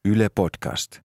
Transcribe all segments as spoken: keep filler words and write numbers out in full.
Yle Podcast.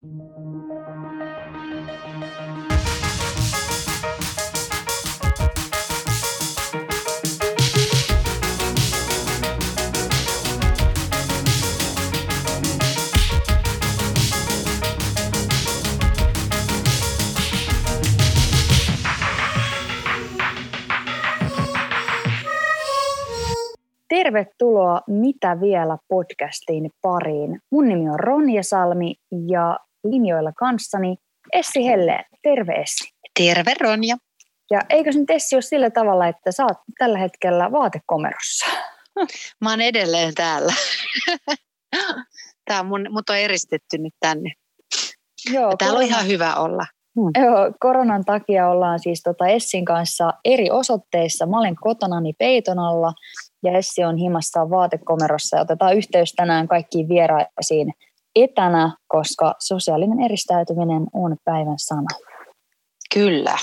Tervetuloa Mitä vielä podcastiin pariin. Mun nimi on Ronja Salmi ja linjoilla kanssani Essi Helleen. Terve Essi. Terve Ronja. Ja eikö nyt Essi ole sillä tavalla, että sä oot tällä hetkellä vaatekomerossa? Mä oon edelleen täällä. Tää on mun, mut on eristetty nyt tänne. Joo, täällä korona... on ihan hyvä olla. Hmm. Joo, koronan takia ollaan siis tota Essin kanssa eri osoitteissa. Mä olen kotonani peiton alla ja Essi on himassaan vaatekomerossa. Ja otetaan yhteys tänään kaikkiin vieraisiin etänä, koska sosiaalinen eristäytyminen on päivän sana. Kyllä.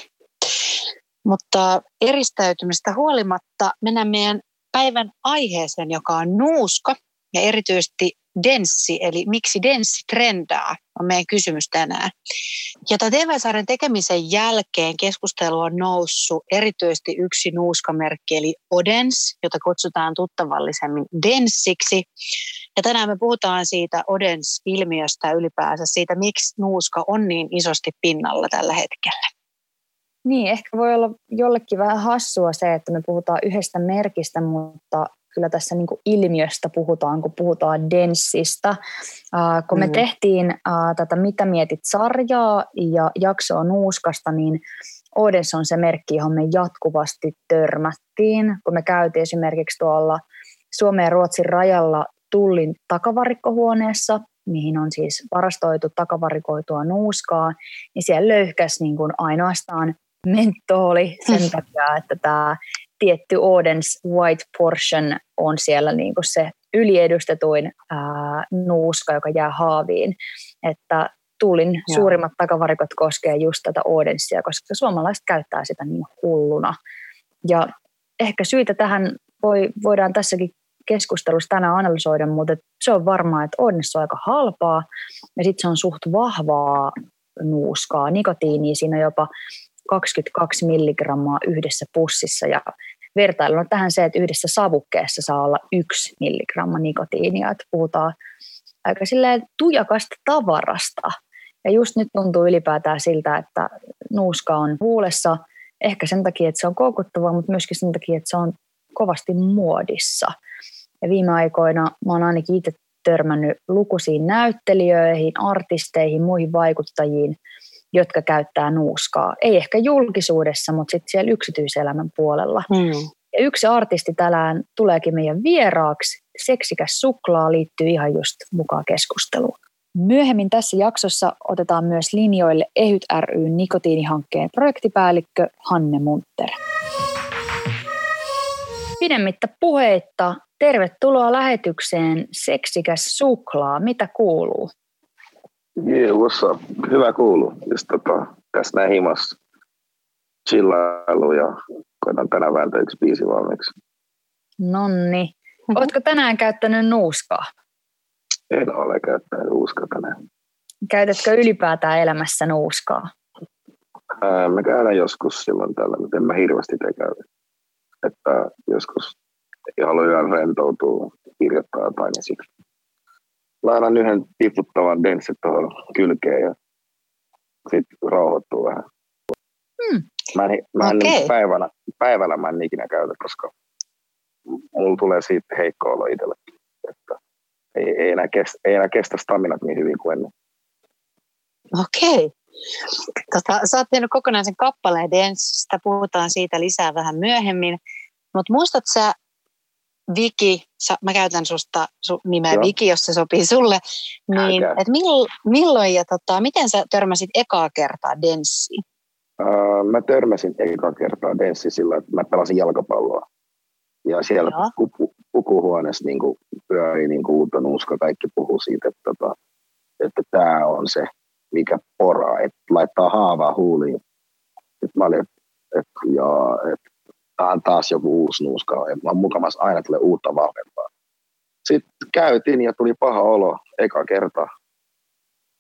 Mutta eristäytymistä huolimatta mennään meidän päivän aiheeseen, joka on nuuska ja erityisesti denssi, eli miksi denssi trendaa, on meidän kysymys tänään. Ja tämän T V-sarjan tekemisen jälkeen keskustelu on noussut erityisesti yksi nuuskamerkki, eli Odens, jota kutsutaan tuttavallisemmin denssiksi. Ja tänään me puhutaan siitä Odens-ilmiöstä ylipäänsä, siitä miksi nuuska on niin isosti pinnalla tällä hetkellä. Niin, ehkä voi olla jollekin vähän hassua se, että me puhutaan yhdestä merkistä, mutta kyllä tässä niin kuin ilmiöstä puhutaan, kun puhutaan denssistä. Äh, kun me mm. tehtiin äh, tätä Mitä mietit -sarjaa ja jaksoa nuuskasta, niin Odens on se merkki, johon me jatkuvasti törmättiin. Kun me käytiin esimerkiksi tuolla Suomen ja Ruotsin rajalla Tullin takavarikkohuoneessa, mihin on siis varastoitu takavarikoitua nuuskaa, niin siellä löyhkäsi niin kuin ainoastaan mentooli sen takia, että tämä tietty Odens White Portion on siellä niin kuin se yliedustetuin ää, nuuska, joka jää haaviin. Että Tullin Joo. suurimmat takavarikot koskee just tätä Odensia, koska suomalaiset käyttää sitä niin hulluna. Ja ehkä syitä tähän voi, voidaan tässäkin keskustelussa tänään analysoida, mutta se on varmaa, että Odens on aika halpaa ja sitten se on suht vahvaa nuuskaa, nikotiinia, siinä on jopa kaksikymmentäkaksi milligrammaa yhdessä pussissa ja vertailuna tähän se, että yhdessä savukkeessa saa olla yksi milligramma nikotiinia, että puhutaan aika silleen tujakasta tavarasta. Ja just nyt tuntuu ylipäätään siltä, että nuuska on huulessa ehkä sen takia, että se on koukuttavaa, mutta myöskin sen takia, että se on kovasti muodissa. Ja viime aikoina mä oon ainakin itse törmännyt lukuisiin näyttelijöihin, artisteihin, muihin vaikuttajiin, jotka käyttää nuuskaa. Ei ehkä julkisuudessa, mutta sitten siellä yksityiselämän puolella. Mm. Ja yksi artisti tänään tuleekin meidän vieraaksi. Seksikäs suklaa liittyy ihan just mukaan keskusteluun. Myöhemmin tässä jaksossa otetaan myös linjoille Ehyt ry:n nikotiinihankkeen projektipäällikkö Hanne Munter. Pidemmittä puheitta, tervetuloa lähetykseen Seksikäs suklaa. Mitä kuuluu? Jee, what's up? Hyvä kuuluu. Just tota, tässä näin himassa chillailu ja koitan tänään vääntää yksi biisi valmiiksi. Nonni. Mm-hmm. Ootko tänään käyttänyt nuuskaa? En ole käyttänyt nuuskaa tänään. Käytätkö ylipäätään elämässä nuuskaa? Ää, mä käydän joskus silloin tällä, mutta en mä hirveästi te käydä. Että joskus ei halua yön rentoutua, kirjoittaa jotain, niin sitten lainan yhden tiputtavan denssin tuohon kylkeen ja sitten rauhoittuu vähän. Hmm. Mä en, mä en okay. päivänä, päivällä mä en ikinä käytä, koska mulla tulee siitä heikko olo itsellekin. Että ei, ei, enää kestä, ei enää kestä staminat niin hyvin kuin ennen. Okei. Okay. Tota, sä oot tehnyt kokonaisen kappaleen denssistä, puhutaan siitä lisää vähän myöhemmin. Mutta muistat sä, Viki, mä käytän susta sun nimeä Joo. Viki, jos se sopii sulle, niin et milloin, milloin ja tota, miten sä törmäsit ekaa kertaa denssiin? Uh, mä törmäsin ekaa kertaa denssiin sillä, että mä pelasin jalkapalloa. Ja siellä puku, pukuhuoneessa niin pyörii niin uutta nuuska, kaikki puhuu siitä, että, että, että tää on se, mikä poraa, että laittaa haavaa huuliin. Sitten mä olin, että, että, jaa, että tämä on taas joku uusi nuuska, ja mukamassa aina tulee uutta vahvempaa. Sitten käytiin ja tuli paha olo eka kerta.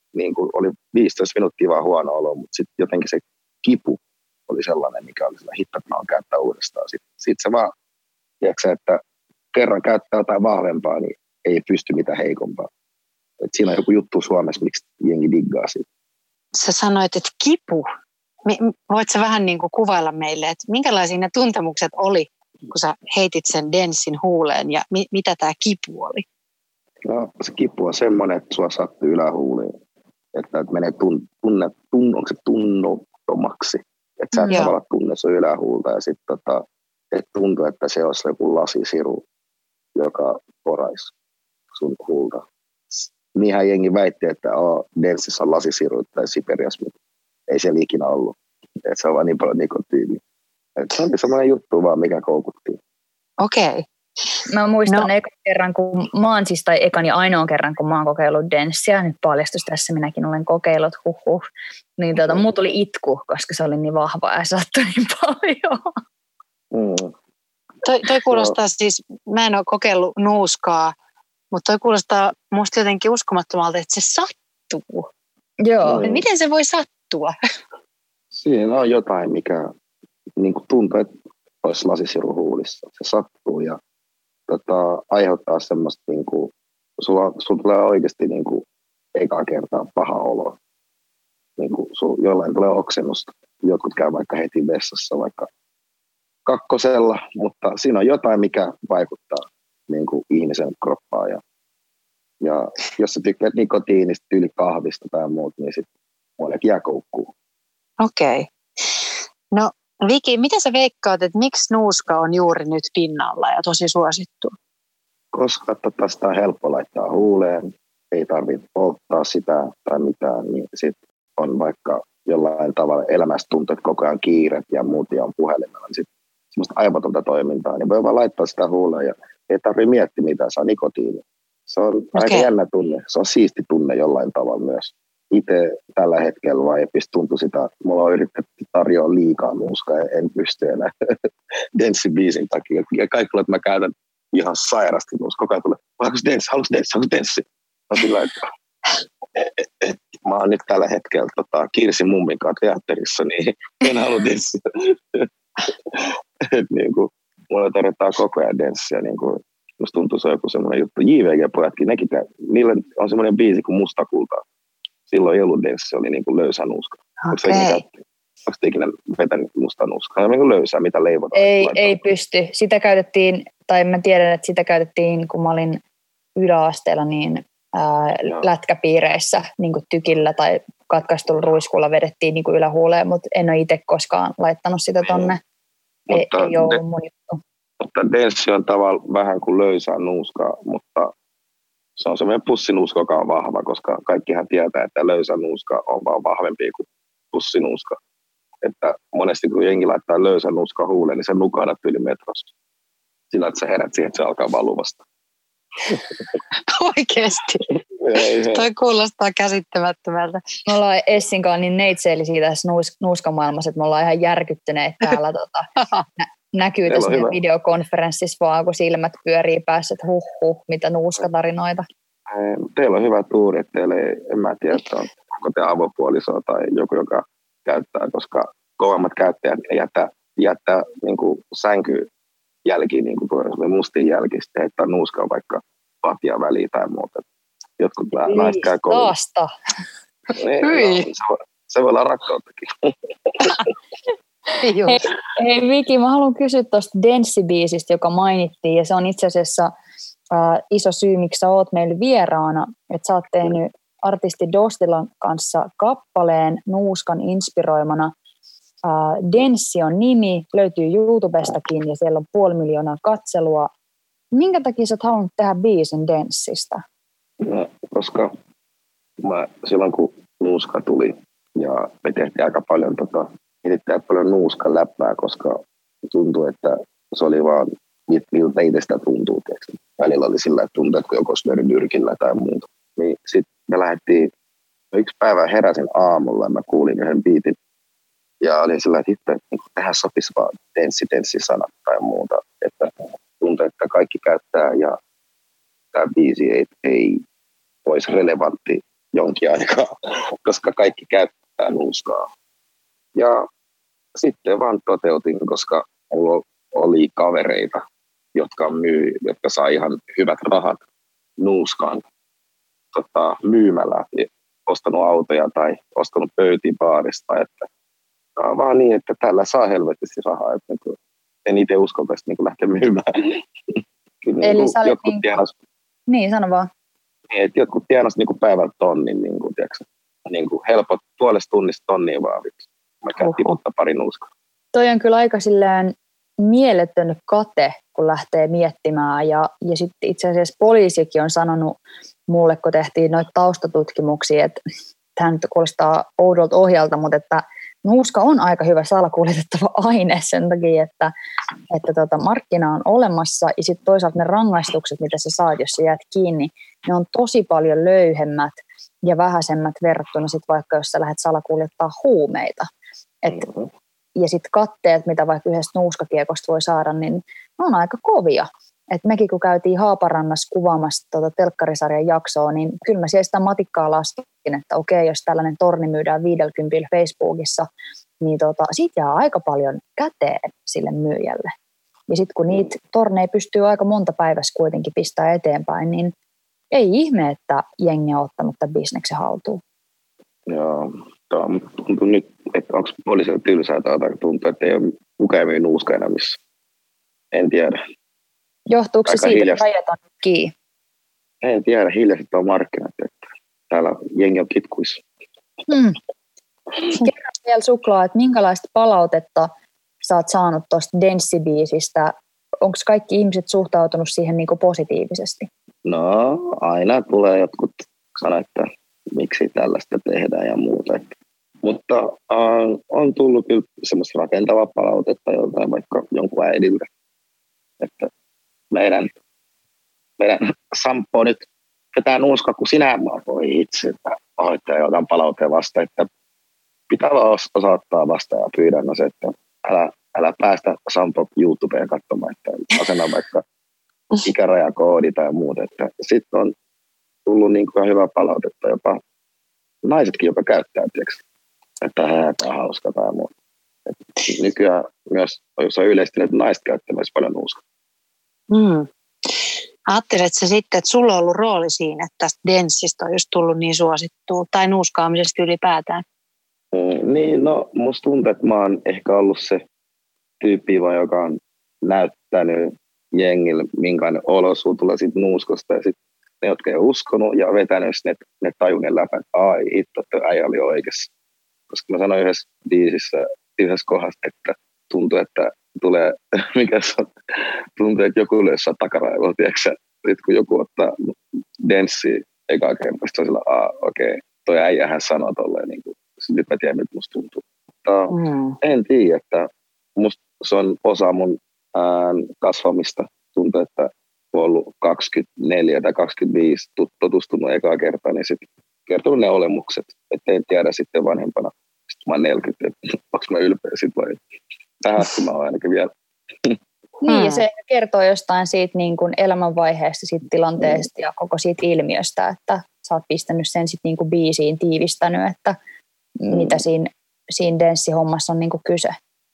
niin kuin oli viisitoista minuuttia vaan huono olo, mutta sitten jotenkin se kipu oli sellainen, mikä oli sellainen hitto, että mä oon käyttää uudestaan. Sitten sit se vaan, tiedätkö, että kerran käyttää jotain vahvempaa, niin ei pysty mitään heikompaa. Et siinä on joku juttu Suomessa, miksi jengi diggaa siitä. Sä sanoit, että kipu. Voit sä vähän niin kuin kuvailla meille, että minkälaisia ne tuntemukset oli, kun sä heitit sen Denssin huuleen ja mi- mitä tämä kipu oli? No se kipu on semmoinen, että sua sattuu ylähuuliin. Että, että menee tun, tunne, tun, onko se tunnottomaksi. Että sä et Joo. tavallaan tunne sun ylähuulta ja sitten tota, että tuntuu, että se olisi joku lasisiru, joka poraisi sun huulta. Niinhän jengi väitti, että oh, Denssissä on lasisiru tai Siperias, mutta ei siellä ikinä ollut. Et se on vaan niin paljon nikotiinia. Et se on sellainen juttu vaan, mikä koukuttiin. Okei. Okay. Mä muistan No. ekan kerran, kun mä oon siis, tai ekan ja ainoan kerran, kun mä oon kokeillut Denssia, nyt paljastus tässä, minäkin olen kokeillut, huh huh, niin tuota, muu tuli itku, koska se oli niin vahva ja sattui niin paljon. Mm. Toi, toi kuulostaa siis, mä en ole kokeillut nuuskaa, mutta toi kuulostaa musta jotenkin uskomattomalta, että se sattuu. Joo. Mm. Miten se voi sattua? Siinä on jotain, mikä niin kuin tuntuu, että olisi lasisiru huulissa. Se sattuu ja tota, aiheuttaa semmoista, niin kuin, sulla, sulla tulee oikeasti niin kuin, ekaa kertaa paha olo. Niin kuin, sulla, jollain tulee oksennusta. Jotkut käy vaikka heti vessassa vaikka kakkosella, mutta siinä on jotain, mikä vaikuttaa niin kuin, ihmisen kroppaan. Ja, ja jos sä tykkäät nikotiinista, tyyli kahvista tai muut, niin sitten muillekin jää koukkuu. Okei. Okay. No Viki, mitä sä veikkaat, että miksi nuuska on juuri nyt pinnalla ja tosi suosittu? Koska tota, sitä on helppo laittaa huuleen, ei tarvitse polttaa sitä tai mitään, niin sitten on vaikka jollain tavalla elämässä tuntuu, että koko ajan kiiret ja muut ja on puhelimella, niin sitten semmoista aivotonta toimintaa, niin voi vaan laittaa sitä huuleen ja ei tarvitse miettiä mitään, saa nikotiini. Se on okay. Aika jännä tunne, se on siisti tunne jollain tavalla myös. Itse tällä hetkellä vaan ei pistä tuntua sitä, että mulla on yritetty tarjoa liikaa nuuskaa ja en pysty enää Denssi-biisin takia. Ja kaikilla, että mä käytän ihan sairasti nuuskaa. Koko ajan tulee, haluatko Denssi, haluatko Denssi, haluatko Denssi? No sillä että et, et, et, mä oon nyt tällä hetkellä tota, Kirsi Mummin kanssa teatterissa, niin en halua Denssiä. Että niinku, mulla tarvitaan koko ajan Denssiä. Niinku, musta tuntuu, se on joku semmoinen juttu. J V G-pojatkin, nekin, niillä on semmoinen biisi kuin Musta kulta. Silloin ei ollut Denssi, se oli niin kuin löysä nuuska. Okay. Onko te ikinä vetänyt musta nuuskaa? Se on niin kuin löysää, mitä leivotaan. Ei, ei pysty. Sitä käytettiin, tai mä tiedän, että sitä käytettiin, kun mä olin yläasteella, niin ää, lätkäpiireissä niin kuin tykillä tai katkaistulla ruiskulla vedettiin niin kuin ylähuuleen, mutta en ole itse koskaan laittanut sitä tonne. Ei, ei ole ollut mun juttu. Mutta Denssi on tavallaan vähän kuin löysää nuuskaa, mutta se on semmoinen pussinuuska, joka on vahva, koska kaikkihan tietää, että löysä nuuska on vaan vahvempi kuin pussinuuska. Että monesti kun jengi laittaa löysä nuuska huuleen, niin se nukahdat yli metrossa. Sillä, että sä herät siihen, että se alkaa valuvasta. Oikeesti? Toi kuulostaa käsittämättömältä. Me ollaan Essin kanssa niin neitseellisiä tässä nuus- nuuskamaailmassa, että me ollaan ihan järkyttyneet täällä. Tota, nä- näkyy tässä meidän videokonferenssissa vaan, kun silmät pyörii päässä, että huh huh, mitä nuuskatarinoita. Teillä on hyvä tuuri, että teillä ei, en mä tiedä, että on, onko te avopuoliso tai joku, joka käyttää, koska kovemmat käyttäjät jättää, jättää niin kuin sänkyjälkiin, niin kuin mustin jälki, sitten heittää nuuskaa vaikka patja väliin tai muuta. Jotkut naiset käy kovin. Taasta. Niin, no, se, voi, se voi olla rakkauttakin. hei, hei Viki, mä haluan kysyä tuosta Denssi-biisistä, joka mainittiin, ja se on itse asiassa äh, iso syy, miksi sä oot meillä vieraana, että sä oot tehnyt artisti Dostilan kanssa kappaleen nuuskan inspiroimana. Äh, Denssi on nimi, löytyy YouTubestakin, ja siellä on puoli miljoonaa katselua. Minkä takia sä oot halunnut tehdä biisin Denssistä? No, koska mä, silloin kun nuuska tuli, ja me tehtiin aika paljon tota, Mietitään paljon nuuskan läppää, koska tuntuu, että se oli vaan, miltä itsestä tuntuu. Tietysti. Välillä oli sillä, että tuntuu, että joku olisi lyönyt nyrkillä tai muuta. Niin sitten me lähdettiin, yksi päivä heräsin aamulla ja mä kuulin yhden biitin. Ja olin sillä, että itse, että tähän sopisi vaan denssi, denssi sanat tai muuta. Että tuntuu, että kaikki käyttää ja tämä biisi ei, ei olisi relevantti jonkin aikaa, koska kaikki käyttää nuuskaa. Ja sitten vaan toteutin, koska mulla oli kavereita, jotka myy, jotka sai ihan hyvät rahat nuuskaan tota, myymällä, ostanut autoja tai ostanut pöytiä baarista, että vaan niin, että tällä saa helvetisti rahaa, että niin, en itse uskaltaisi niin lähteä myymään. Kyllä, Eli niin, sä olet jotkut niin, tienas, niin, sano vaan. Niin, että jotkut tienas niin päivän tonnin, niin kuin, tiedätkö, niin kuin helpot puolesta tunnista tonnia vaan. Mä käyn tiputtaa pari nuuskaa. Toi on kyllä aika silleen mieletön kate, kun lähtee miettimään. Ja, ja sitten itse asiassa poliisikin on sanonut mulle, kun tehtiin noita taustatutkimuksia, että tämä nyt kuulostaa oudolta ohjalta, mutta että nuuska on aika hyvä salakuljetettava aine sen takia, että, että tota, markkina on olemassa ja sitten toisaalta ne rangaistukset, mitä sä saat, jos sä jäät kiinni, ne on tosi paljon löyhemmät ja vähäisemmät verrattuna sitten vaikka, jos sä lähdet salakuljettaa huumeita. Et, mm-hmm. Ja sitten katteet, mitä vaikka yhdestä nuuskakiekosta voi saada, niin ne on aika kovia. Et mekin kun käytiin Haaparannassa kuvaamassa tuota telkkarisarjan jaksoa, niin kyllä mä siellä sitä matikkaa laskin, että okei, jos tällainen torni myydään viidelkympillä Facebookissa, niin tota, siitä jää aika paljon käteen sille myyjälle. Ja sitten kun niitä torneja pystyy aika monta päivässä kuitenkin pistää eteenpäin, niin ei ihme, että jengi on ottanut tämän bisneksen haltuun. Joo, tuntuu nyt, että onko poliisilla tylsää tai tuntuu, että ei ole kukaan myy nuuskaa enää missä. En tiedä. Johtuuko se Aika siitä, hiljasta. että rajat on kiinni? En tiedä, hiljaiset on markkinat, että täällä jengi on kitkuissa. Hmm. Kerro vielä Suklaa, että minkälaista palautetta sä oot saanut tuosta Denssi-biisistä? Onko kaikki ihmiset suhtautunut siihen niinku positiivisesti? No, aina tulee jotkut sanoo, että miksi tällaista tehdään ja muuta. Että. Mutta äh, on tullut kyllä semmoista rakentavaa palautetta joltain vaikka jonkun äidiltä, että meidän, meidän Sampo nyt vetää nuuskaa kuin sinä, mä voi itse, että pahoittaja jotain palautteen vasta, että pitää vaan osoittaa vasta ja pyydän no se, että älä, älä päästä Sampo YouTubeen katsomaan, että asena vaikka ikärajakoodi tai muuta. Sitten on tullut niin kuin hyvää palautetta, jopa naisetkin jopa käyttää, tiiäks, että tämä on hauska tai muuta. Et nykyään myös, jos on yleisesti, että naiset käyttää myös paljon nuuskaa. Mm. Ajatteletko sitten, että sulla on ollut rooli siinä, että tästä Denssistä on just tullut niin suosittua, tai nuuskaamisesta ylipäätään? Mm, niin, no musta tuntuu, että mä oon ehkä ollut se tyyppi, joka on näyttänyt jengille, minkälainen olo sulla tulee siitä nuuskosta, ja sitten ne, jotka ei ole uskonut ja vetänyt, ne, ne tajunen läpi, että ai hitto, että äijä oli oikeassa. Koska mä sanoin yhdessä biisissä, yhdessä kohdassa, että tuntuu, että tulee, mikä se on, tuntuu, että joku yleensä on takaraivolla, tiedätkö sitten kun joku ottaa Denssia ekaa kertaa, sitten on sillä, aah, okei, okay, toi äijähän sanoo tolleen, niin kuin, nyt mä tiedän, miltä musta tuntuu. Mutta mm. en tiedä, että musta se on osa mun ään, kasvamista. Tuntuu, että kun on ollut kaksikymmentäneljä tai kaksikymmentäviisi tutustunut ekaa kertaa, niin sitten kertonut ne olemukset, että en tiedä sitten vanhempana. Sitten mä oon neljäkymmentä, että onko mä ylpeä sitten vai tähän asti mä oon ainakin vielä. Niin, ja se kertoo jostain siitä niin kuin elämänvaiheesta, siitä tilanteesta mm. ja koko siitä ilmiöstä, että sä oot pistänyt sen sitten niin kuin biisiin tiivistänyt, että mm. mitä siinä, siinä denssihommassa on niin kuin kyse.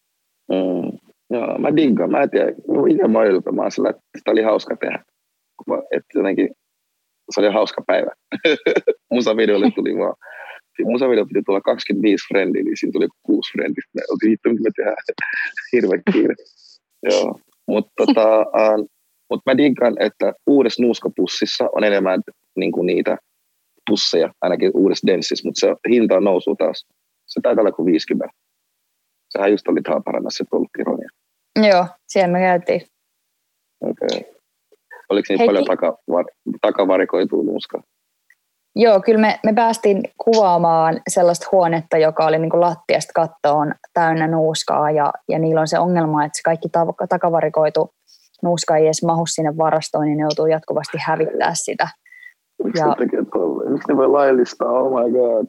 Mm. Joo, mä diggaan. Mä en tiedä, itse mä oon ylpeä. Mä oon sillä, että sitä oli hauska tehdä. Että jotenkin se oli hauska päivä. Musavideolle tuli vaan, musavideo piti tulla kaksikymmentäviisi frendiä, niin siinä tuli kuusi frendiä. Me oltiin hitto, mitä me tehdään. Hirveä kiire. Joo. Mutta tota, uh, mut mä diggaan, että uudessa nuuskapussissa on enemmän niinku niitä pusseja, ainakin uudessa Denssissä, mutta se hinta on noussut taas. Se taitaa olla kuin viisikymmentä. Sähän just olit Haaparannassa, että ollut ironia. Joo, siellä me käytiin. Okei. Okay. Oliko niin paljon takavar- takavarikoitua nuuskaa? Joo, kyllä me, me päästiin kuvaamaan sellaista huonetta, joka oli niin kuin lattiasta kattoon täynnä nuuskaa, ja, ja niillä on se ongelma, että se kaikki ta- takavarikoitu nuuska ei edes mahu sinne varastoon, niin ne joutuu jatkuvasti hävittää sitä. Miksi ja... ne tekee tolleen? Miksi ne voi laillistaa? Oh my god.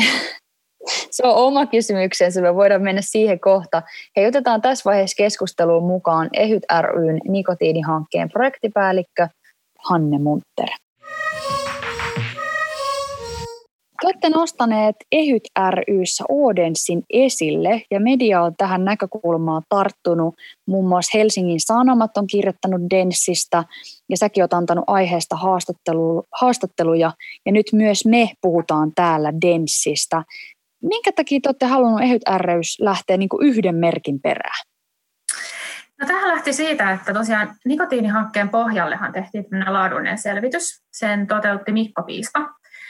Se on oma kysymyksensä, me voidaan mennä siihen kohta. Hei, otetaan tässä vaiheessa keskusteluun mukaan Ehyt ry:n nikotiinihankkeen projektipäällikkö Hanne Munter. Te olette nostaneet EHYT ry:ssä O-Dancen esille ja media on tähän näkökulmaan tarttunut. Muun muassa Helsingin Sanomat on kirjoittanut danssista ja säkin olet antanut aiheesta haastattelu, haastatteluja ja nyt myös me puhutaan täällä danssista. Minkä takia te olette halunnut EHYT ry:ssä lähteä niin kuin yhden merkin perään? No, tähän lähti siitä, että tosiaan nikotiinihankkeen pohjallehan tehtiin laadullinen selvitys. Sen toteutti Mikko Piispa.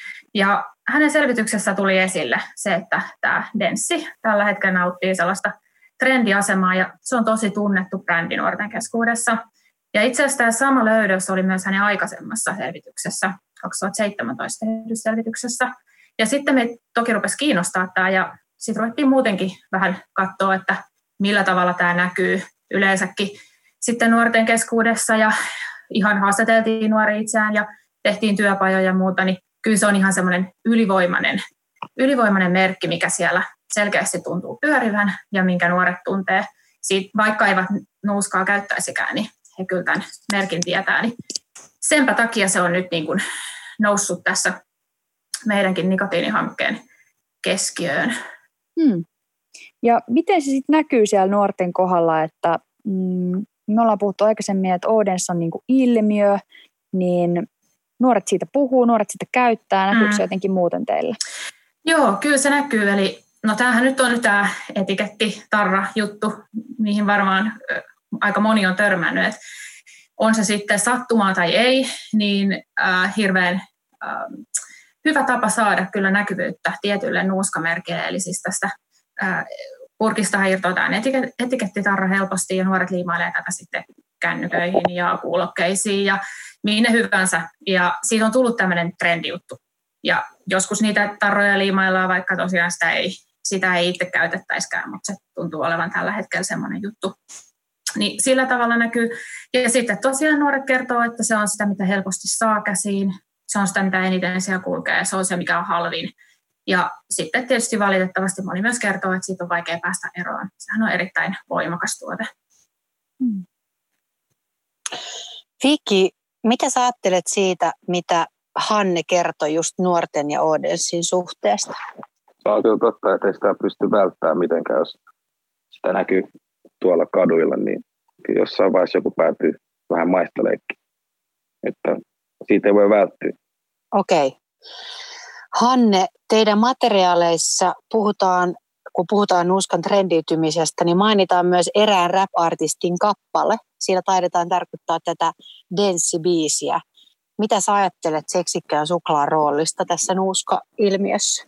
Ja hänen selvityksessä tuli esille se, että tämä Denssi tällä hetkellä nauttii sellaista trendiasemaa ja se on tosi tunnettu brändi nuorten keskuudessa. Ja itse asiassa tämä sama löydös oli myös hänen aikaisemmassa selvityksessä, kaksituhattaseitsemäntoista tehdyssä selvityksessä. Ja sitten me toki rupesi kiinnostaa tämä ja sitten ruvettiin muutenkin vähän katsoa, että millä tavalla tämä näkyy yleensäkin sitten nuorten keskuudessa ja ihan haastateltiin nuoria itseään ja tehtiin työpajoja ja muuta, niin kyllä se on ihan semmoinen ylivoimainen, ylivoimainen merkki, mikä siellä selkeästi tuntuu pyörivän ja minkä nuoret tuntee. Siitä, vaikka eivät nuuskaa käyttäisikään, niin he kyllä tämän merkin tietää. Niin senpä takia se on nyt niin kuin noussut tässä meidänkin nikotiinihankkeen keskiöön. Hmm. Ja miten se sitten näkyy siellä nuorten kohdalla, että mm, me ollaan puhuttu aikaisemmin, että O-Dance on niin kuin ilmiö, niin nuoret siitä puhuu, nuoret siitä käyttää, näkyykö se mm. jotenkin muuten teillä? Joo, kyllä se näkyy. Eli no tämähän nyt on tämä etiketti-tarra-juttu, mihin varmaan aika moni on törmännyt, että on se sitten sattumaa tai ei, niin äh, hirveän äh, hyvä tapa saada kyllä näkyvyyttä tietylle nuuskamerkille, eli siis tästä äh, purkista irtotaan etikettitarra helposti ja nuoret liimailee tätä sitten kännyköihin ja kuulokkeisiin ja minne hyvänsä. Ja siitä on tullut tämmöinen trendijuttu. Ja joskus niitä tarroja liimaillaan, vaikka tosiaan sitä ei, sitä ei itse käytettäisikään, mutta se tuntuu olevan tällä hetkellä semmoinen juttu. Niin sillä tavalla näkyy. Ja sitten tosiaan nuoret kertoo, että se on sitä, mitä helposti saa käsiin. Se on sitä, mitä eniten siellä kulkee. Se on se, mikä on halvin. Ja sitten tietysti valitettavasti moni myös kertoo, että siitä on vaikea päästä eroon. Sehän on erittäin voimakas tuote. Hmm. Viki, mitä sä ajattelet siitä, mitä Hanne kertoi just nuorten ja O-Dancen suhteesta? Se on kyllä totta, että ei sitä pysty välttämään mitenkään, jos sitä näkyy tuolla kaduilla, niin kyllä jossain vaiheessa joku päätyy vähän maistaleikkiin. Että siitä ei voi välttyä. Okei. Okay. Hanne, teidän materiaaleissa puhutaan, kun puhutaan nuuskan trendiytymisestä, niin mainitaan myös erään rap-artistin kappale. Siinä taidetaan tarkoittaa tätä Denssi-biisiä. Mitä sä ajattelet seksikkään suklaan roolista tässä nuuska-ilmiössä?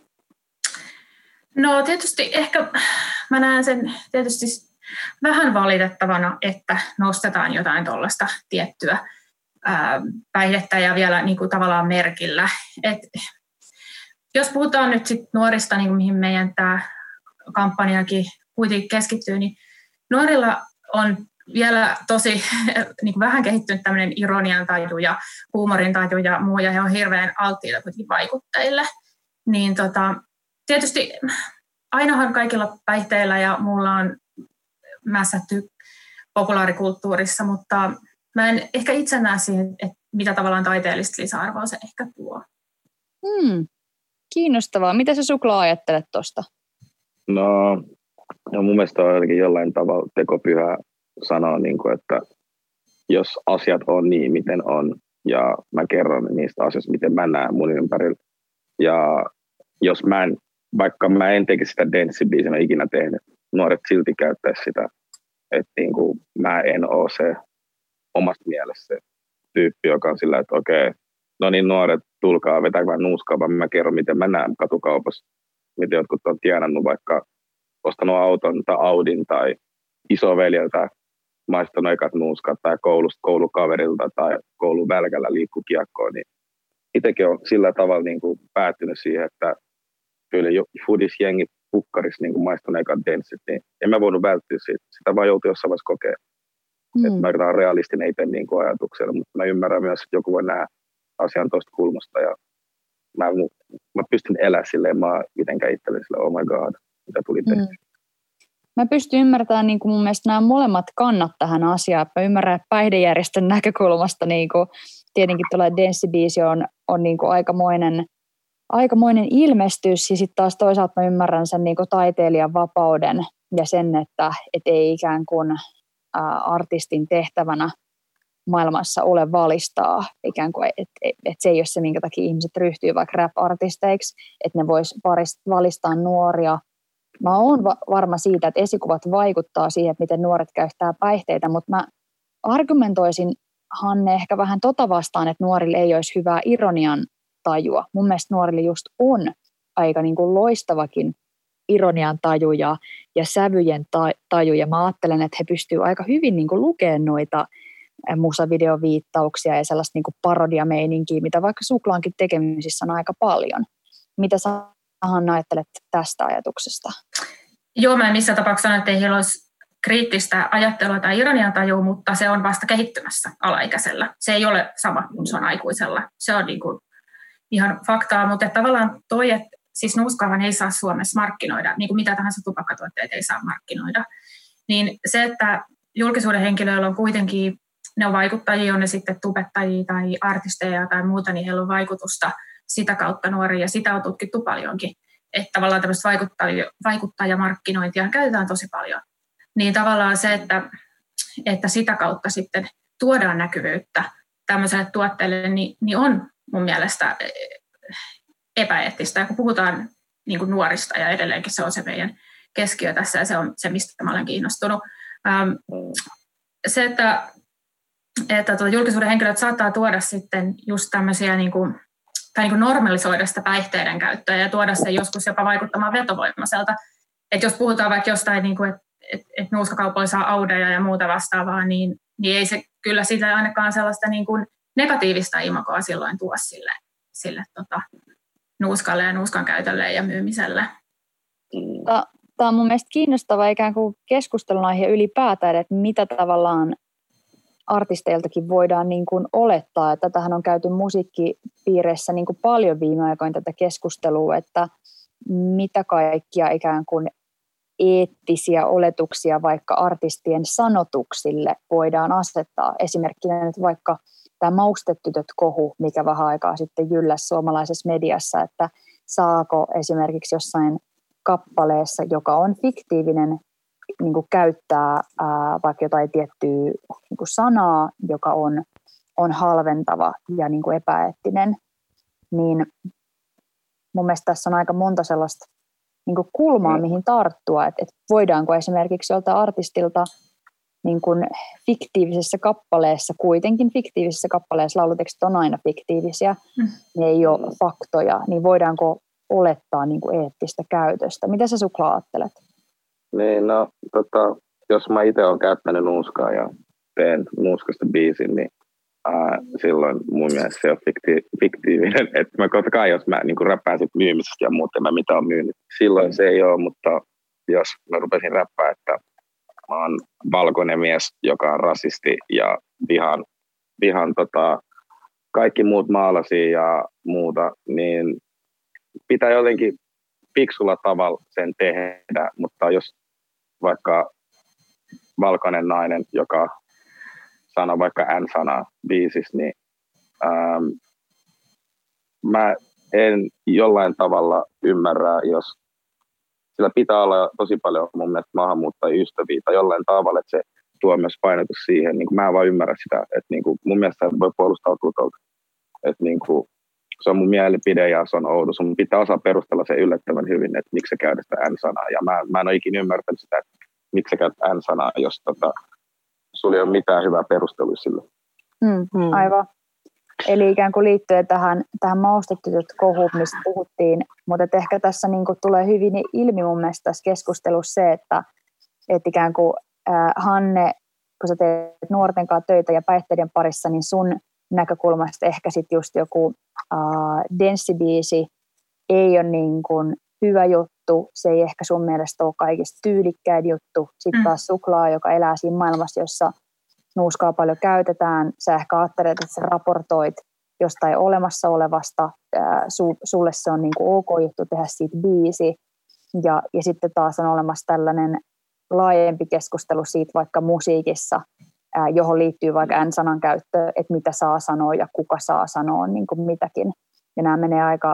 No tietysti ehkä mä näen sen tietysti vähän valitettavana, että nostetaan jotain tuollaista tiettyä ää, päihdettä ja vielä niin kuin tavallaan merkillä. Et, jos puhutaan nyt sit nuorista, niin kuin mihin meidän tämä kampanjakin kuitenkin keskittyy, niin nuorilla on vielä tosi niin kuin vähän kehittynyt tämmöinen ironian taju ja huumorin taju ja muu, ja he on hirveän alttiita kuitenkin vaikutteille. Niin tota, tietysti ainahan kaikilla päihteillä ja muulla on mässätty populaarikulttuurissa, mutta mä en ehkä itse näe siihen, että mitä tavallaan taiteellista lisäarvoa se ehkä tuo. Hmm. Kiinnostavaa. Mitä sä Suklaa ajattelet tuosta? No, no mun mielestä on jotenkin jollain tavalla tekopyhä sanoa, niin kuin, että jos asiat on niin, miten on, ja mä kerron niistä asioista, miten mä näen mun ympärillä. Ja jos mä en, vaikka mä en tekisi sitä Denssi-biisiä, mä ikinä tehnyt, nuoret silti käyttäisi sitä. Että niin kuin mä en ole se omasta mielessä se tyyppi, joka on sillä, että okei, no niin nuoret, tulkaa vetämään nuuskaa, vaan mä kerron, miten mä näen katukaupassa. Miten jotkut on tienannut vaikka ostanut auton tai Audin tai isoveljeltä maistanut ekat nuuskat tai koulusta koulukaverilta tai koulun välkällä liikkuu kiekkoon. Niin itsekin on sillä tavalla niin kuin päättynyt siihen, että kyllä foodis-jengi pukkaris niin kuin maistanut ekat denssit, niin en mä voinut välttyä siitä. Sitä vaan joutui jossain vaiheessa kokea. Mm. Että mä yritän realistinen itse niin kuin ajatuksella, mutta mä ymmärrän myös, että joku voi nähdä asian tuosta kulmasta ja mä, mä pystyn elämään silleen, mä oon mitenkään itselleni silleen, oh my god, mitä tuli tehty. Mm. Mä pystyn ymmärtämään niin kuin mun mielestä nämä molemmat kannat tähän asiaan. Mä ymmärrän, että päihdejärjestön näkökulmasta niin kuin, tietenkin tuolla Denssi-biisi on, on niin kuin aikamoinen aikamoinen ilmestys, ja sitten taas toisaalta mä ymmärrän sen niin kuin taiteilijan vapauden ja sen, että et ei ikään kuin ää, artistin tehtävänä maailmassa ole valistaa, ikään kuin, että et, et se ei ole se, minkä takia ihmiset ryhtyy vaikka rap-artisteiksi, että ne vois valistaa nuoria. Mä oon va- varma siitä, että esikuvat vaikuttaa siihen, että miten nuoret käyttää päihteitä, mutta mä argumentoisin, Hanne, ehkä vähän tota vastaan, että nuorille ei olisi hyvää ironian tajua. Mun mielestä nuorille just on aika niin kuin loistavakin ironian taju ja, ja sävyjen taju, ja mä ajattelen, että he pystyvät aika hyvin niin kuin lukemaan noita musavideoviittauksia ja sellaista niin kuin parodiameininkiä, mitä vaikka Suklaankin tekemisissä on aika paljon. Mitä sä, Hanna, ajattelet tästä ajatuksesta? Joo, mä en missään tapauksessa sano, että ei heillä olisi kriittistä ajattelua tai ironian tajua, mutta se on vasta kehittymässä alaikäisellä. Se ei ole sama kuin se on aikuisella. Se on niin kuin ihan faktaa, mutta tavallaan toi, että siis nuuskaahan ei saa Suomessa markkinoida, niin kuin mitä tahansa tupakkatuotteet ei saa markkinoida, niin se, että julkisuuden henkilöillä on kuitenkin, ne on vaikuttajia, on ne sitten tubettajia tai artisteja tai muuta, niin heillä on vaikutusta sitä kautta nuoriin, ja sitä on tutkittu paljonkin, että tavallaan tämmöistä vaikuttajamarkkinointia käytetään tosi paljon. Niin tavallaan se, että, että sitä kautta sitten tuodaan näkyvyyttä tämmöiselle tuotteelle, niin, niin on mun mielestä epäeettistä. Ja kun puhutaan niin kuin nuorista, ja edelleenkin se on se meidän keskiö tässä, ja se on se, mistä mä olen kiinnostunut. Ähm, se, että, että tuota, julkisuuden henkilöt saattaa tuoda sitten just tämmöisiä, niin kuin, tai niin kuin normalisoida sitä päihteiden käyttöä, ja tuoda se joskus jopa vaikuttamaan vetovoimaiselta. Että jos puhutaan vaikka jostain, niin kuin, että että et nuuskakaupoilla saa audeja ja muuta vastaavaa, niin, niin ei se kyllä sitä ainakaan sellaista niin kuin negatiivista imagoa silloin tuo sille, sille tota, nuuskalle ja nuuskan käytölle ja myymiselle. Tämä on mun mielestä kiinnostava ikään kuin keskustelun aihe ylipäätään, että mitä tavallaan artisteiltakin voidaan niin kuin olettaa. Että tätähän on käyty musiikkipiireissä niin kuin paljon viime aikoina tätä keskustelua, että mitä kaikkia ikään kuin eettisiä oletuksia vaikka artistien sanotuksille voidaan asettaa. Esimerkkinä nyt vaikka tämä Maustetytöt-kohu, mikä vähän aikaa sitten jylläsi suomalaisessa mediassa, että saako esimerkiksi jossain kappaleessa, joka on fiktiivinen, niin kuin käyttää ää, vaikka jotain tiettyä niin kuin sanaa, joka on, on halventava ja niin kuin epäeettinen, niin mun mielestä tässä on aika monta sellaista niin kuin kulmaa, mihin tarttua, että, että voidaanko esimerkiksi joltain artistilta niin kuin fiktiivisessä kappaleessa, kuitenkin fiktiivisessä kappaleessa laulutekstit on aina fiktiivisiä, mm. ne ei ole faktoja, niin voidaanko olettaa niin kuin eettistä käytöstä? Mitä sä Suklaa ajattelet? Niin, no, tota, jos mä itse olen käyttänyt nuuskaa ja teen nuuskasta biisin, niin ää, silloin mun mielestä se on fikti- fiktiivinen. Että mä totta kai, jos mä niin kuin räppään sit myymisestä ja muuten mä mitä on myynyt, silloin se ei ole, mutta jos mä rupesin räppää, että mä oon valkoinen mies, joka on rasisti ja vihan, vihan tota, kaikki muut maalasia ja muuta, niin pitää jotenkin fiksulla tavalla sen tehdä, mutta jos vaikka valkoinen nainen, joka sanoo vaikka N-sanaa biisissä, niin ähm, mä en jollain tavalla ymmärrä, jos sillä pitää olla tosi paljon mun mielestä maahanmuuttajia ystäviä tai jollain tavalla, että se tuo myös painotus siihen. Niin kuin mä en vaan ymmärrä sitä, että niin kuin mun mielestä voi puolustautua tuolta. Että niin kuin se on mun mielipide ja se on outo. Sun pitää osaa perustella se yllättävän hyvin, että miksi sä käytät sitä N-sanaa. Ja mä, mä en ole ikinä ymmärtänyt sitä, että miksi sä käytät N-sanaa, jos tota, sulla ei ole mitään hyvää perustelua sille. Mm, mm. Aivan. Eli ikään kuin liittyen tähän, tähän Maustetytöt-kohuun, mistä puhuttiin, mutta ehkä tässä niin kuin tulee hyvin ilmi mun mielestä tässä keskustelussa se, että, että ikään kuin äh, Hanne, kun sä teet nuorten kanssa töitä ja päihteiden parissa, niin sun näkökulmasta ehkä sitten just joku äh, denssibiisi ei ole niin kuin hyvä juttu, se ei ehkä sun mielestä ole kaikista tyylikkäin juttu. Sitten taas Suklaa, joka elää siinä maailmassa, jossa nuuskaa paljon käytetään, sä ehkä ajattelet, että sä raportoit jostain olemassa olevasta, ää, su, sulle se on niin kuin ok juttu tehdä siitä biisi, ja, ja sitten taas on olemassa tällainen laajempi keskustelu siitä vaikka musiikissa, ää, johon liittyy vaikka N-sanan käyttö, että mitä saa sanoa ja kuka saa sanoa niin kuin mitäkin, ja nämä menee aika,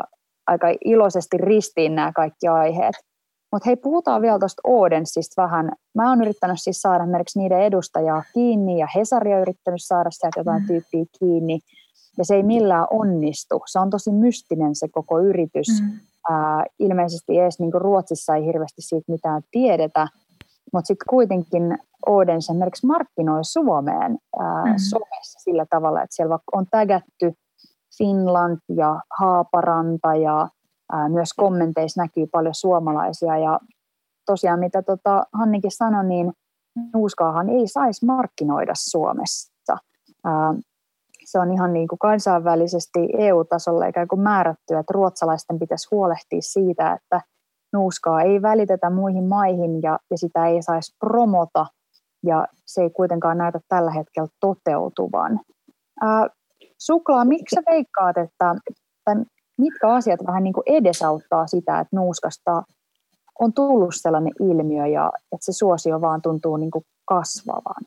aika iloisesti ristiin nämä kaikki aiheet. Mutta hei, puhutaan vielä tuosta Odensista vähän. Mä oon yrittänyt siis saada esimerkiksi niiden edustajaa kiinni ja Hesari on yrittänyt saada sieltä jotain tyyppiä kiinni. Ja se ei millään onnistu. Se on tosi mystinen se koko yritys. Mm. Ää, ilmeisesti edes niin kuin Ruotsissa ei hirveästi siitä mitään tiedetä. Mutta sitten kuitenkin Odens esimerkiksi markkinoi Suomeen ää, mm. somessa sillä tavalla, että siellä on tägätty Finland ja Haaparanta ja ää, myös kommenteissa näkyy paljon suomalaisia. Ja tosiaan mitä tota Hannikin sanoi, niin nuuskaahan ei saisi markkinoida Suomessa. Ää, se on ihan niin kuin kansainvälisesti E U-tasolla ikään kuin määrätty, että ruotsalaisten pitäisi huolehtia siitä, että nuuskaa ei välitetä muihin maihin ja, ja sitä ei saisi promota ja se ei kuitenkaan näytä tällä hetkellä toteutuvan. Ää, Suklaa, miksi sä veikkaat, että tai mitkä asiat vähän niin kuin edesauttaa sitä, että nuuskasta on tullut sellainen ilmiö ja että se suosio vaan tuntuu niin kuin kasvavan?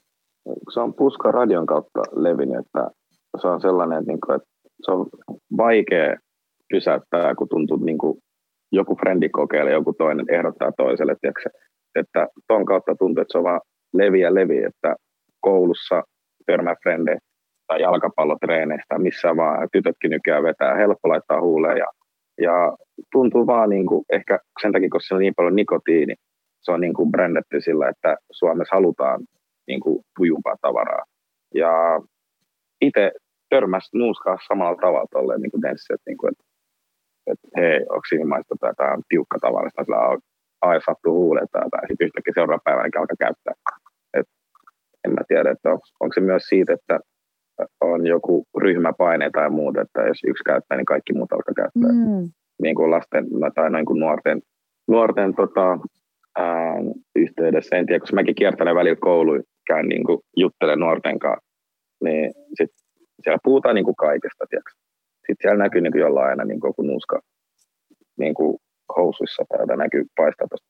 Se on puska radion kautta levinnyt, että se on sellainen, että, niinku, että se on vaikea pysäyttää, kun tuntuu, että niinku joku frendi kokeilee, joku toinen ehdottaa toiselle, tiiäksä, että ton kautta tuntuu, että se on vaan leviä leviä, että koulussa törmää frendejä tai jalkapallotreeneistä, missä vaan tytötkin nykyään vetää, helppo laittaa huuleen ja, ja tuntuu vaan niinku, ehkä sen takia, koska se on niin paljon nikotiini, se on niinku brändätty sillä, että Suomessa halutaan niinku tujumpaa tavaraa. Ja itse törmäsi nuuskaa samalla tavalla tolleen niinku denssi, että niinku, et, et, hei, onko siinä maista tai tämä on tiukka tavallista, sillä ai sattuu huuleen tai sitten yhtäkkiä seuraava päivänä alkaa käyttää. Et, en mä tiedä, että onko, onko se myös siitä, että on joku ryhmäpaine tai muuta, että jos yksi käyttää, niin kaikki muut alkaa käyttää. Mm. Niin kuin lasten tai niin kuin nuorten, nuorten tota, ää, yhteydessä. En tiedä, koska mäkin kiertelen välillä kouluja, käyn niin kuin juttelen nuorten kanssa, niin sit siellä puhutaan niin kuin kaikesta. Tiiäks. Sitten siellä näkyy niin kuin jollain aina niin kuin nuuska niin kuin housuissa tai näkyy paistaa tuosta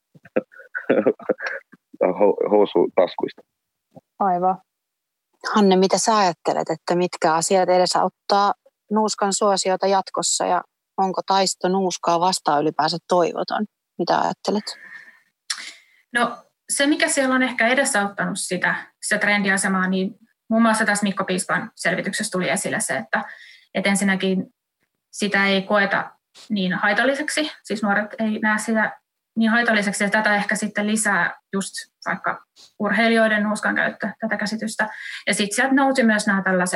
housutaskuista. Aivan. Hanne, mitä sä ajattelet, että mitkä asiat edesauttaa nuuskan suosiota jatkossa ja onko taisto nuuskaa vastaan ylipäänsä toivoton? Mitä ajattelet? No se, mikä siellä on ehkä edesauttanut sitä, sitä trendiasemaa, niin muun muassa tässä Mikko Piispan selvityksessä tuli esille se, että, että ensinnäkin sitä ei koeta niin haitalliseksi, siis nuoret ei näe sitä niin haitalliseksi, ja tätä ehkä sitten lisää just vaikka urheilijoiden nuuskan käyttö, tätä käsitystä. Ja sitten sieltä nousi myös nämä tällaiset,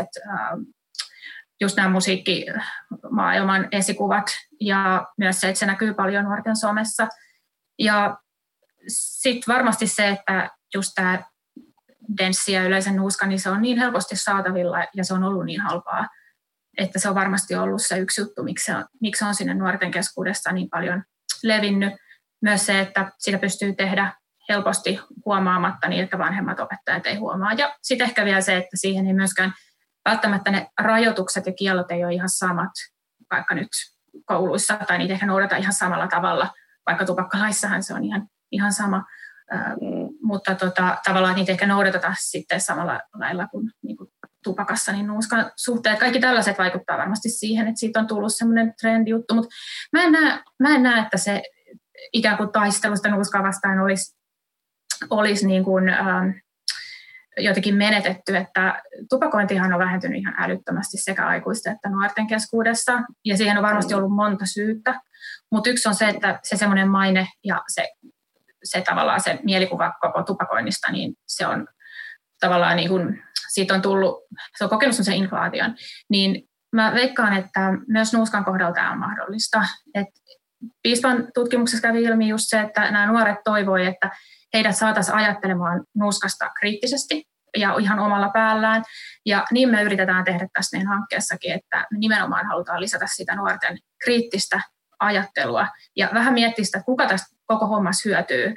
just nämä musiikkimaailman esikuvat, ja myös se, että se näkyy paljon nuorten somessa. Ja sitten varmasti se, että just tämä denssi ja yleisen nuuska, niin se on niin helposti saatavilla, ja se on ollut niin halpaa, että se on varmasti ollut se yksi juttu, miksi se on, miksi se on sinne nuorten keskuudessa niin paljon levinnyt. Myös se, että sitä pystyy tehdä helposti huomaamatta niin, että vanhemmat opettajat ei huomaa. Ja sitten ehkä vielä se, että siihen ei myöskään välttämättä ne rajoitukset ja kiellot ei ole ihan samat, vaikka nyt kouluissa, tai niitä ehkä noudata ihan samalla tavalla, vaikka tupakkalaissahan se on ihan, ihan sama. Mm. Mutta tota, tavallaan niitä ehkä noudateta sitten samalla lailla kuin, niin kuin tupakassa, niin nuuskan suhteet. Kaikki tällaiset vaikuttaa varmasti siihen, että siitä on tullut semmoinen trendijuttu, mutta mä en näe, mä en näe että se ikään kuin taistelusta nuuskaa vastaan olisi, olisi niin kuin, ähm, jotenkin menetetty, että tupakointihan on vähentynyt ihan älyttömästi sekä aikuisten että nuorten keskuudessa, ja siihen on varmasti ollut monta syyttä, mutta yksi on se, että se semmoinen maine ja se, se tavallaan se mielikuva koko tupakoinnista, niin se on tavallaan niin kuin, siitä on tullut, se on kokenut semmoisen inflaation, niin mä veikkaan, että myös nuuskan kohdalla tämä on mahdollista, että Piispan tutkimuksessa kävi ilmi just se, että nämä nuoret toivoi, että heidät saataisiin ajattelemaan nuuskasta kriittisesti ja ihan omalla päällään. Ja niin me yritetään tehdä tässä meidän hankkeessakin, että me nimenomaan halutaan lisätä sitä nuorten kriittistä ajattelua ja vähän miettiä sitä, että kuka tästä koko hommassa hyötyy.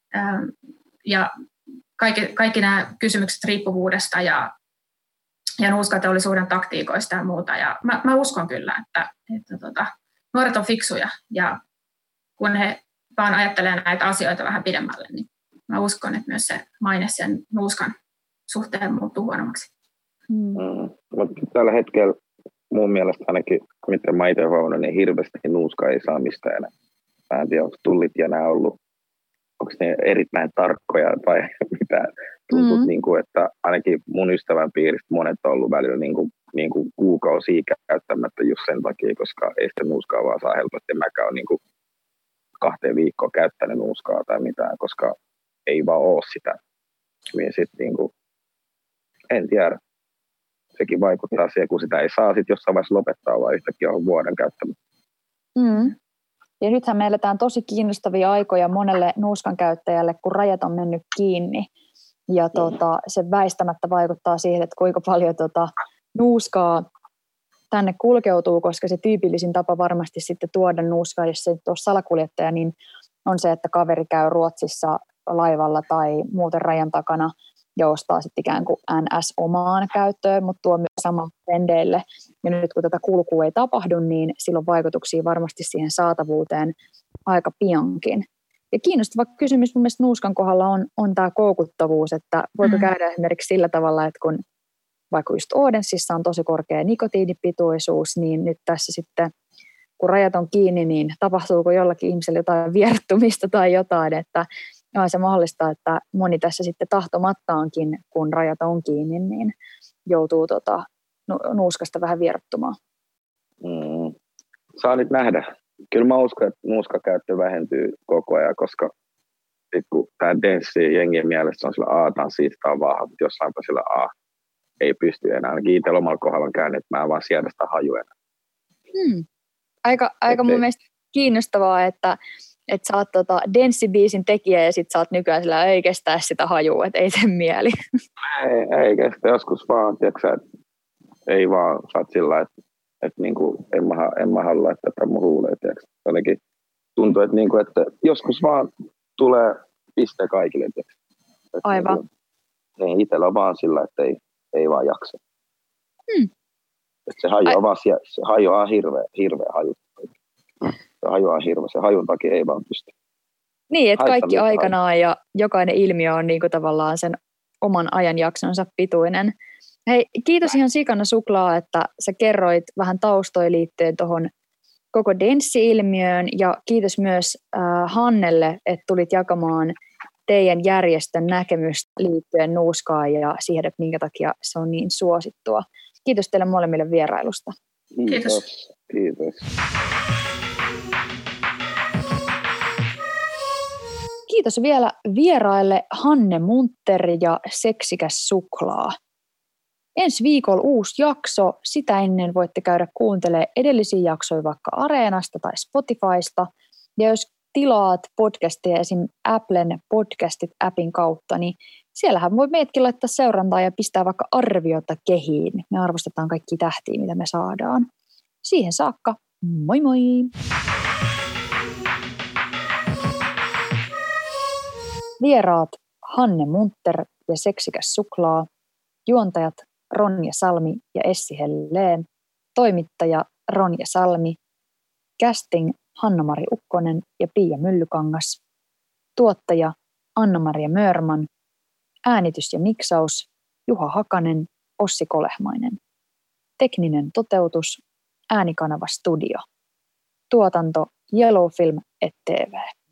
Ja kaikki, kaikki nämä kysymykset riippuvuudesta ja, ja nuuskateollisuuden taktiikoista ja muuta. Ja mä, mä uskon kyllä, että, että tota, nuoret on fiksuja ja kun he vaan ajattelee näitä asioita vähän pidemmälle, niin mä uskon, että myös se maine sen nuuskan suhteen muuttuu huonommaksi. Mm. Mutta tällä hetkellä mun mielestä ainakin, miten mä itse huomannut, niin hirveästi nuuskaa ei saa mistään enää. Mä en tiedä, onko tullit ja nämä ollut, onko ne erittäin tarkkoja vai mitä. Tuntuu, mm-hmm. niin kuin, että ainakin mun ystävän piiristä monet on ollut välillä niin kuin, niin kuin kuukausia käyttämättä just sen takia, koska ei sitä nuuskaa vaan saa helposti. Mäkään ole niin kuin kahteen viikkoon käyttänyt nuuskaa tai mitään, koska ei vaan ole sitä. Niin sit, niin kuin, en tiedä. Sekin vaikuttaa siihen, kun sitä ei saa sit jossain vaiheessa lopettaa, vaan yhtäkkiä on vuoden käyttämättä. Mm. Ja nythän me eletään tosi kiinnostavia aikoja monelle nuuskan käyttäjälle, kun rajat on mennyt kiinni. Ja tota, se väistämättä vaikuttaa siihen, että kuinka paljon tota, nuuskaa tänne kulkeutuu, koska se tyypillisin tapa varmasti sitten tuoda nuuskaa, jos se ei ole salakuljettaja, niin on se, että kaveri käy Ruotsissa laivalla tai muuten rajan takana ja ostaa sitten ikään kuin N S-omaan käyttöön, mutta tuo myös saman trendeille. Ja nyt kun tätä kulkua ei tapahdu, niin sillä on vaikutuksia varmasti siihen saatavuuteen aika piankin. Ja kiinnostava kysymys mun mielestä nuuskan kohdalla on, on tämä koukuttavuus, että voiko mm. käydä esimerkiksi sillä tavalla, että kun vaikka just Odenssissa on tosi korkea nikotiinipitoisuus, niin nyt tässä sitten, kun rajat on kiinni, niin tapahtuuko jollakin ihmisellä jotain vierttumista tai jotain, että on se mahdollista, että moni tässä sitten tahtomattaankin, kun rajat on kiinni, niin joutuu tota, nuuskasta vähän vierttumaan. Mm. Saa nyt nähdä. Kyllä mä uskon, että nuuskakäyttö vähentyy koko ajan, koska kun tämä denssi jengien mielestä on sillä A, tanssista on vahva, mutta jossainpa sillä A ei pysty enää. Ainakin itse omalla kohdalla on käynyt, että mä en vaan siedä sitä hajua enää. Hmm. Aika, aika mun mielestä kiinnostavaa, että että sä oot tota denssibiisin tekijä ja sit sä oot nykyään sillä ei kestää sitä hajua, että ei sen mieli. Ei, ei kestä, joskus vaan, tiiäksä, että ei vaan, sä oot sillä, että, että niinku, en, mä, en mä halua laittaa tätä mun huuleen, tiiäksä. Ainakin tuntuu, että, niinku, että joskus vaan tulee piste kaikille, tiiäksä. Että aivan. Niinku, niin itsellä on vaan sillä, että ei, ei vaan jaksa. Hmm. Että se hajoaa vaan, se hajoaa hirveä, hirveä haju. Se hajoaa hirveä, se hajun takia ei vaan pysty. Niin, että kaikki aikanaan ja jokainen ilmiö on niin kuin tavallaan sen oman ajanjaksonsa pituinen. Hei, kiitos ihan sikana Suklaa, että sä kerroit vähän taustoja liittyen tuohon koko denssi-ilmiöön ja kiitos myös äh, Hannelle, että tulit jakamaan teidän järjestön näkemystä liittyen nuuskaan ja siihen, että minkä takia se on niin suosittua. Kiitos teille molemmille vierailusta. Kiitos. Kiitos. Kiitos vielä vieraille Hanne Munter ja Seksikäs Suklaa. Ensi viikolla uusi jakso. Sitä ennen voitte käydä kuuntelemaan edellisiä jaksoja vaikka Areenasta tai Spotifysta. Ja jos tilaat podcastia esim. Applen podcastit-appin kautta, niin siellähän voi meidätkin laittaa seurantaa ja pistää vaikka arviota kehiin. Me arvostetaan kaikki tähtiä, mitä me saadaan. Siihen saakka, moi moi! Vieraat Hanne Munter ja Seksikäs Suklaa, juontajat Ronja Salmi ja Essi Helleen, toimittaja Ronja Salmi, casting Hanna-Mari Ukkonen ja Pia Myllykangas, tuottaja Anna-Maria Mörman, äänitys ja miksaus Juha Hakanen, Ossi Kolehmainen, tekninen toteutus Äänikanava Studio, tuotanto Yellow Film et T V.